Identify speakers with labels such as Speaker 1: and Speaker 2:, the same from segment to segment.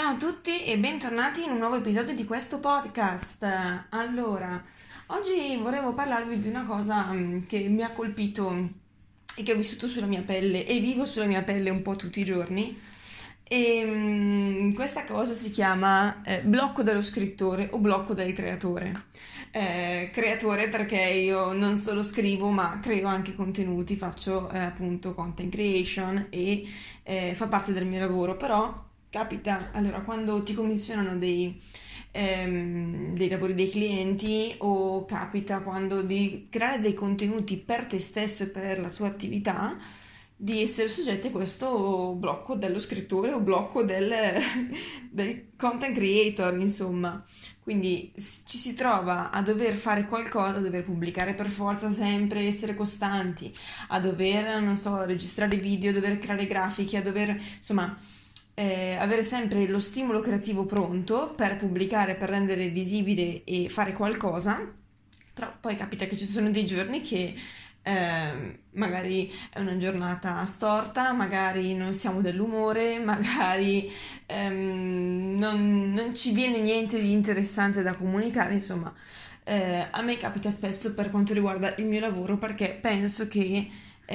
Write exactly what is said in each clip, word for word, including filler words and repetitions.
Speaker 1: Ciao a tutti e bentornati in un nuovo episodio di questo podcast. Allora, oggi volevo parlarvi di una cosa mm, che mi ha colpito e che ho vissuto sulla mia pelle e vivo sulla mia pelle un po' tutti i giorni. E mm, questa cosa si chiama eh, blocco dello scrittore o blocco del creatore. Eh, creatore perché io non solo scrivo ma creo anche contenuti, faccio eh, appunto content creation e eh, fa parte del mio lavoro, però capita, allora, quando ti commissionano dei, ehm, dei lavori dei clienti o capita quando devi creare dei contenuti per te stesso e per la tua attività, di essere soggetti a questo blocco dello scrittore o blocco del, del content creator, insomma. Quindi s- ci si trova a dover fare qualcosa, a dover pubblicare per forza sempre, essere costanti, a dover, non so, registrare video, a dover creare grafiche, a dover, insomma, eh, avere sempre lo stimolo creativo pronto per pubblicare, per rendere visibile e fare qualcosa. Però poi capita che ci sono dei giorni che eh, magari è una giornata storta, magari non siamo dell'umore, magari ehm, non, non ci viene niente di interessante da comunicare, insomma. Eh, a me capita spesso per quanto riguarda il mio lavoro perché penso che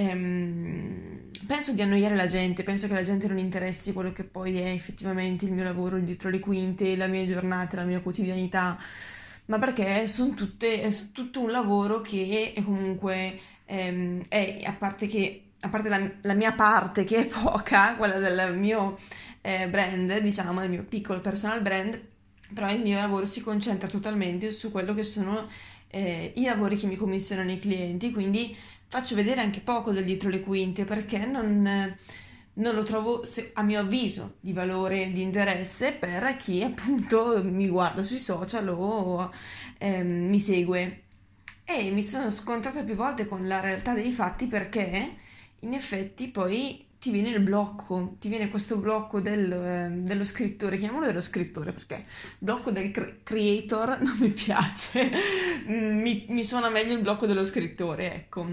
Speaker 1: ehm, penso di annoiare la gente, penso che la gente non interessi quello che poi è effettivamente il mio lavoro, il dietro le quinte, la mia giornata, la mia quotidianità, ma perché sono tutte, è tutto un lavoro che è comunque ehm, è, a parte che, a parte la, la mia parte che è poca, quella del mio eh, brand, diciamo, del mio piccolo personal brand, però il mio lavoro si concentra totalmente su quello che sono eh, i lavori che mi commissionano i clienti, quindi faccio vedere anche poco del dietro le quinte perché non, eh, non lo trovo, se- a mio avviso, di valore, di interesse per chi appunto mi guarda sui social o ehm, mi segue. E mi sono scontrata più volte con la realtà dei fatti perché in effetti poi ti viene il blocco, ti viene questo blocco del, eh, dello scrittore, chiamiamolo dello scrittore perché blocco del cre- creator non mi piace. Mm, mi, mi suona meglio il blocco dello scrittore, ecco.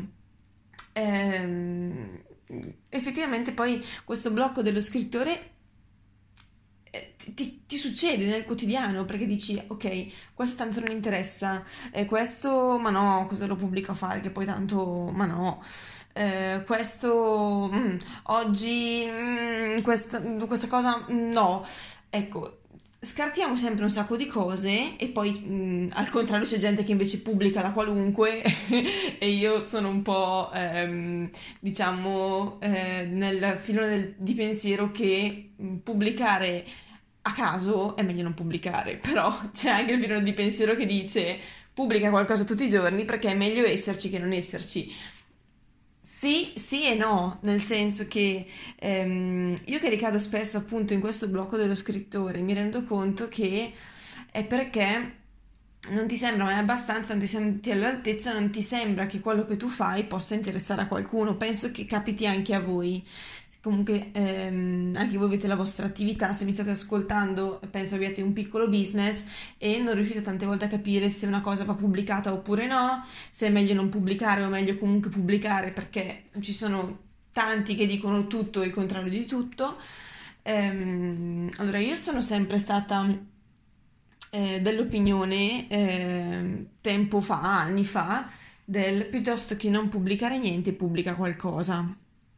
Speaker 1: Ehm, effettivamente poi questo blocco dello scrittore eh, ti, ti succede nel quotidiano perché dici ok, questo tanto non interessa, eh, questo ma no, cosa lo pubblico a fare che poi tanto ma no. Eh, questo mm, oggi mm, questa, questa cosa mm, no, ecco, scartiamo sempre un sacco di cose e poi mm, al contrario c'è gente che invece pubblica da qualunque e io sono un po' ehm, diciamo eh, nel filone del- di pensiero che mm, pubblicare a caso è meglio non pubblicare, però c'è anche il filone di pensiero che dice pubblica qualcosa tutti i giorni perché è meglio esserci che non esserci. Sì, sì e no, nel senso che ehm, io che ricado spesso appunto in questo blocco dello scrittore mi rendo conto che è perché non ti sembra mai abbastanza, non ti senti all'altezza, non ti sembra che quello che tu fai possa interessare a qualcuno. Penso che capiti anche a voi. Comunque, ehm, anche voi avete la vostra attività, se mi state ascoltando, penso abbiate un piccolo business e non riuscite tante volte a capire se una cosa va pubblicata oppure no, se è meglio non pubblicare o meglio comunque pubblicare perché ci sono tanti che dicono tutto e il contrario di tutto. Ehm, allora, io sono sempre stata eh, dell'opinione eh, tempo fa, anni fa, del piuttosto che non pubblicare niente, pubblica qualcosa.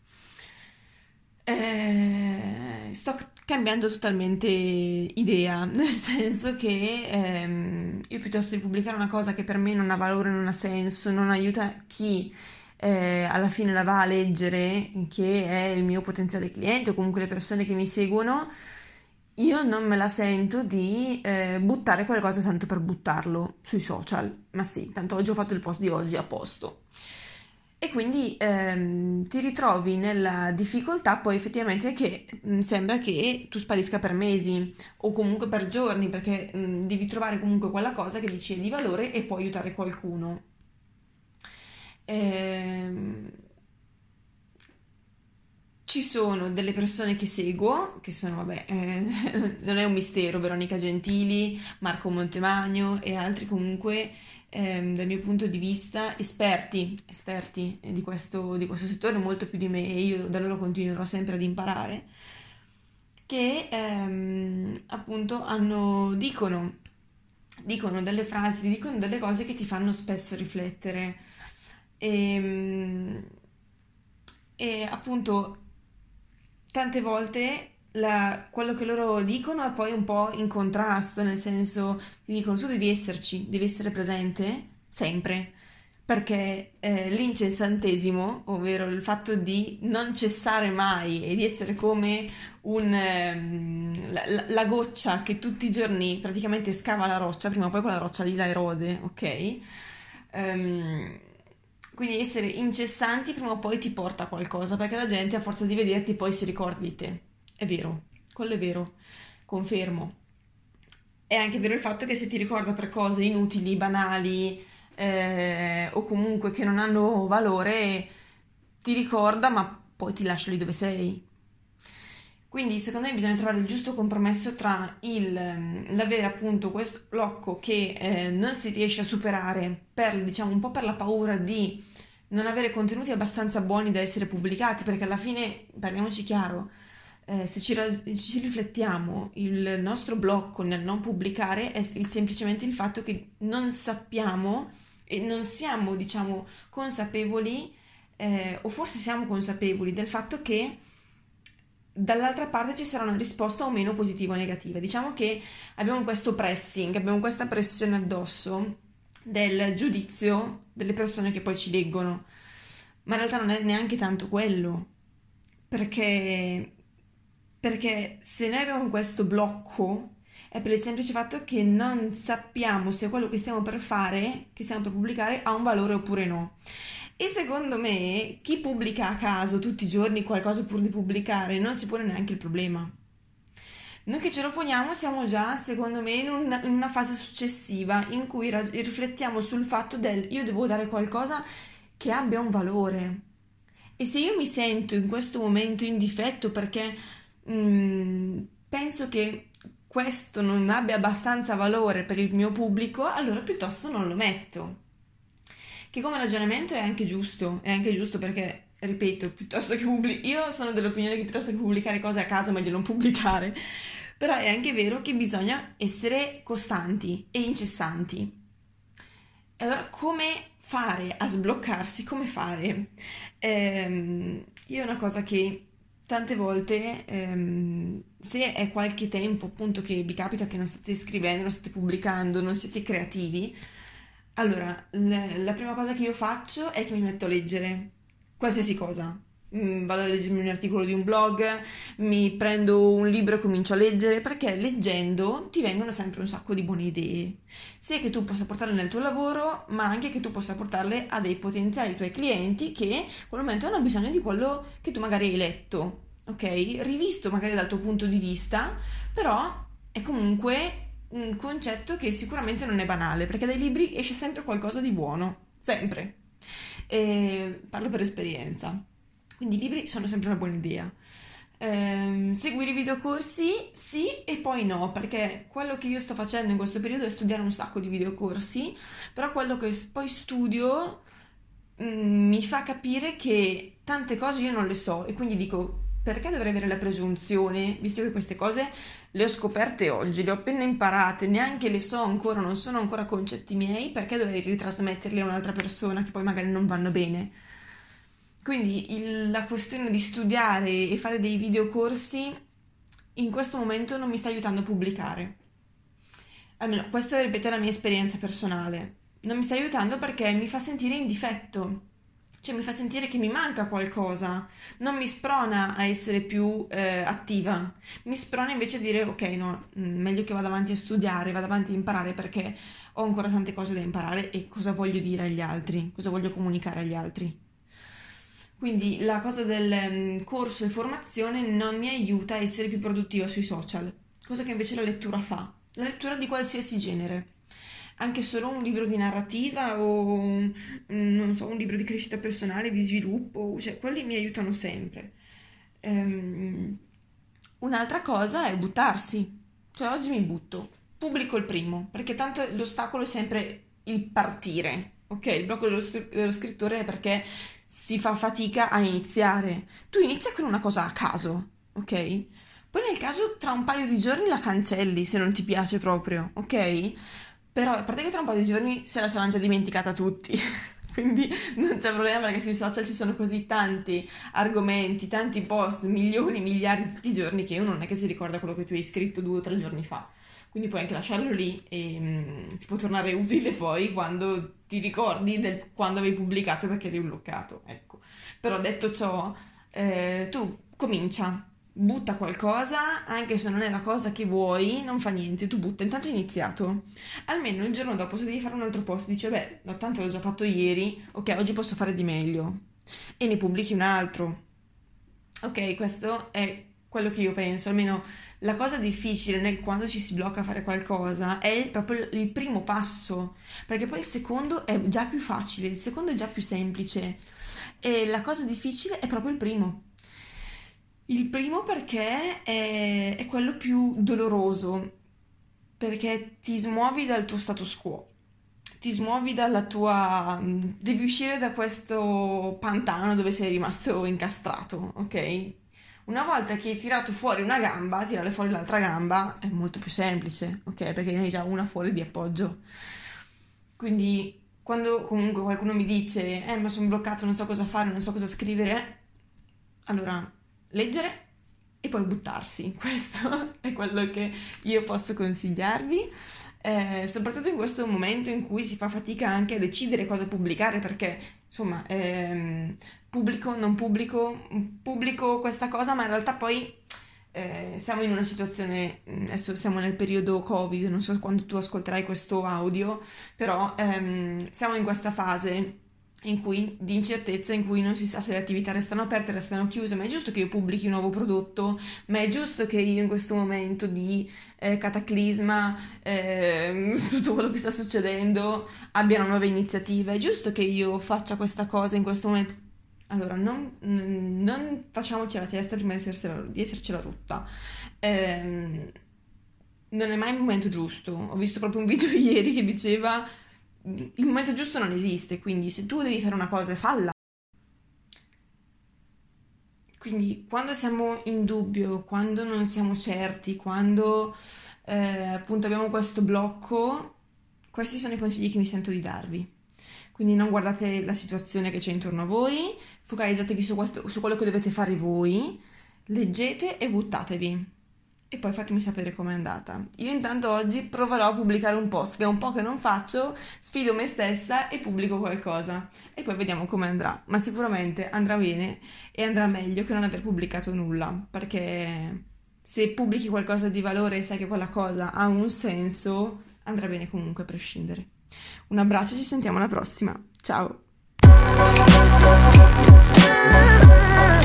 Speaker 1: Eh, sto c- cambiando totalmente idea, nel senso che ehm, io piuttosto di pubblicare una cosa che per me non ha valore, non ha senso, non aiuta chi eh, alla fine la va a leggere, che è il mio potenziale cliente o comunque le persone che mi seguono, io non me la sento di eh, buttare qualcosa tanto per buttarlo sui social. Ma sì, tanto oggi ho fatto il post di oggi a posto. E quindi ehm, ti ritrovi nella difficoltà poi effettivamente che mh, sembra che tu sparisca per mesi o comunque per giorni perché mh, devi trovare comunque quella cosa che dici è di valore e può aiutare qualcuno. Ehm, Ci sono delle persone che seguo, che sono, vabbè, eh, non è un mistero, Veronica Gentili, Marco Montemagno e altri comunque, ehm, dal mio punto di vista, esperti, esperti di questo, di questo settore, molto più di me, e io da loro continuerò sempre ad imparare, che ehm, appunto hanno, dicono, dicono delle frasi, dicono delle cose che ti fanno spesso riflettere. E, e appunto tante volte la- quello che loro dicono è poi un po' in contrasto, nel senso ti dicono tu devi esserci, devi essere presente sempre, perché eh, l'incessantesimo, ovvero il fatto di non cessare mai e di essere come un, ehm, la, la- la goccia che tutti i giorni praticamente scava la roccia, prima o poi quella roccia lì la erode, ok? Ehm, quindi essere incessanti prima o poi ti porta a qualcosa, perché la gente a forza di vederti poi si ricorda di te. È vero, quello è vero, confermo. È anche vero il fatto che se ti ricorda per cose inutili, banali, eh, o comunque che non hanno valore, ti ricorda, ma poi ti lascia lì dove sei. Quindi secondo me bisogna trovare il giusto compromesso tra il, ehm, l'avere appunto questo blocco che eh, non si riesce a superare per, diciamo, un po' per la paura di non avere contenuti abbastanza buoni da essere pubblicati, perché alla fine, parliamoci chiaro, eh, se ci, ra- ci riflettiamo, il nostro blocco nel non pubblicare è il- semplicemente il fatto che non sappiamo e non siamo, diciamo, consapevoli, eh, o forse siamo consapevoli del fatto che dall'altra parte ci sarà una risposta o meno positiva o negativa. Diciamo che abbiamo questo pressing, abbiamo questa pressione addosso del giudizio delle persone che poi ci leggono, ma in realtà non è neanche tanto quello, perché, perché se noi abbiamo questo blocco è per il semplice fatto che non sappiamo se quello che stiamo per fare, che stiamo per pubblicare, ha un valore oppure no. E secondo me chi pubblica a caso tutti i giorni qualcosa pur di pubblicare non si pone neanche il problema. Noi che ce lo poniamo siamo già, secondo me, in, un- in una fase successiva in cui ra- riflettiamo sul fatto del io devo dare qualcosa che abbia un valore. E se io mi sento in questo momento in difetto perché mm, penso che questo non abbia abbastanza valore per il mio pubblico, allora piuttosto non lo metto. Che come ragionamento è anche giusto, è anche giusto perché, ripeto, piuttosto che pubblicare, io sono dell'opinione che piuttosto che pubblicare cose a caso è meglio non pubblicare, però è anche vero che bisogna essere costanti e incessanti. E allora come fare a sbloccarsi? Come fare? Ehm, io è una cosa che tante volte, ehm, se è qualche tempo appunto che vi capita che non state scrivendo, non state pubblicando, non siete creativi, allora l- la prima cosa che io faccio è che mi metto a leggere qualsiasi cosa. Mm, vado a leggermi un articolo di un blog, mi prendo un libro e comincio a leggere, perché leggendo ti vengono sempre un sacco di buone idee sia che tu possa portarle nel tuo lavoro, ma anche che tu possa portarle a dei potenziali tuoi clienti che in quel momento hanno bisogno di quello che tu magari hai letto, ok? Rivisto magari dal tuo punto di vista, però è comunque un concetto che sicuramente non è banale, perché dai libri esce sempre qualcosa di buono, sempre. E parlo per esperienza. Quindi i libri sono sempre una buona idea. Ehm, seguire i videocorsi sì e poi no, perché quello che io sto facendo in questo periodo è studiare un sacco di videocorsi, però quello che poi studio mm, mi fa capire che tante cose io non le so e quindi dico perché dovrei avere la presunzione, visto che queste cose le ho scoperte oggi, le ho appena imparate, neanche le so ancora, non sono ancora concetti miei, perché dovrei ritrasmetterli a un'altra persona che poi magari non vanno bene? Quindi il- la questione di studiare e fare dei videocorsi in questo momento non mi sta aiutando a pubblicare. Almeno questa, ripeto, è la mia esperienza personale. Non mi sta aiutando perché mi fa sentire in difetto, cioè mi fa sentire che mi manca qualcosa, non mi sprona a essere più eh, attiva, mi sprona invece a dire ok, no, mm, meglio che vada avanti a studiare, vada avanti a imparare perché ho ancora tante cose da imparare e cosa voglio dire agli altri, cosa voglio comunicare agli altri. Quindi la cosa del ehm, corso e formazione non mi aiuta a essere più produttiva sui social, cosa che invece la lettura fa. La lettura di qualsiasi genere, anche solo un libro di narrativa o un, non so, un libro di crescita personale, di sviluppo, cioè quelli mi aiutano sempre. Ehm, un'altra cosa è buttarsi, cioè oggi mi butto, pubblico il primo, perché tanto l'ostacolo è sempre il partire, ok? Il blocco dello, str- dello scrittore è perché si fa fatica a iniziare. Tu inizia con una cosa a caso, ok? Poi nel caso tra un paio di giorni la cancelli se non ti piace proprio, ok? Però a parte che tra un paio di giorni se la saranno già dimenticata tutti. Quindi non c'è problema perché sui social ci sono così tanti argomenti, tanti post, milioni, miliardi tutti i giorni che uno non è che si ricorda quello che tu hai scritto due o tre giorni fa. Quindi puoi anche lasciarlo lì e mh, ti può tornare utile poi quando ti ricordi del quando avevi pubblicato perché eri bloccato. Ecco. Però detto ciò, eh, tu comincia, butta qualcosa, anche se non è la cosa che vuoi, non fa niente, tu butta, intanto hai iniziato. Almeno il giorno dopo se devi fare un altro post dice, beh, no, tanto l'ho già fatto ieri, ok, oggi posso fare di meglio. E ne pubblichi un altro. Ok, questo è quello che io penso, almeno la cosa difficile nel quando ci si blocca a fare qualcosa è proprio il primo passo, perché poi il secondo è già più facile, il secondo è già più semplice e la cosa difficile è proprio il primo. Il primo perché è, è quello più doloroso, perché ti smuovi dal tuo status quo, ti smuovi dalla tua... devi uscire da questo pantano dove sei rimasto incastrato, ok? Una volta che hai tirato fuori una gamba, tirare fuori l'altra gamba è molto più semplice, ok? Perché ne hai già una fuori di appoggio. Quindi quando comunque qualcuno mi dice eh ma sono bloccato, non so cosa fare, non so cosa scrivere, allora leggere e poi buttarsi. Questo è quello che io posso consigliarvi. Eh, soprattutto in questo momento in cui si fa fatica anche a decidere cosa pubblicare, perché insomma ehm, pubblico, non pubblico, pubblico questa cosa, ma in realtà poi eh, siamo in una situazione, adesso siamo nel periodo Covid, non so quando tu ascolterai questo audio, però ehm, siamo in questa fase in cui, di incertezza, in cui non si sa se le attività restano aperte, restano chiuse, ma è giusto che io pubblichi un nuovo prodotto, ma è giusto che io in questo momento di eh, cataclisma, eh, tutto quello che sta succedendo, abbia una nuova iniziativa, è giusto che io faccia questa cosa in questo momento. Allora, non, non facciamoci la testa prima di, essersela, di essercela rotta. Ehm, non è mai il momento giusto. Ho visto proprio un video ieri che diceva il momento giusto non esiste, quindi se tu devi fare una cosa, falla. Quindi quando siamo in dubbio, quando non siamo certi, quando eh, appunto abbiamo questo blocco, questi sono i consigli che mi sento di darvi. Quindi non guardate la situazione che c'è intorno a voi, focalizzatevi su, questo, su quello che dovete fare voi, leggete e buttatevi. E poi fatemi sapere com'è andata. Io intanto oggi proverò a pubblicare un post, che è un po' che non faccio, sfido me stessa e pubblico qualcosa. E poi vediamo come andrà. Ma sicuramente andrà bene e andrà meglio che non aver pubblicato nulla, perché se pubblichi qualcosa di valore e sai che quella cosa ha un senso, andrà bene comunque a prescindere. Un abbraccio, ci sentiamo alla prossima. Ciao!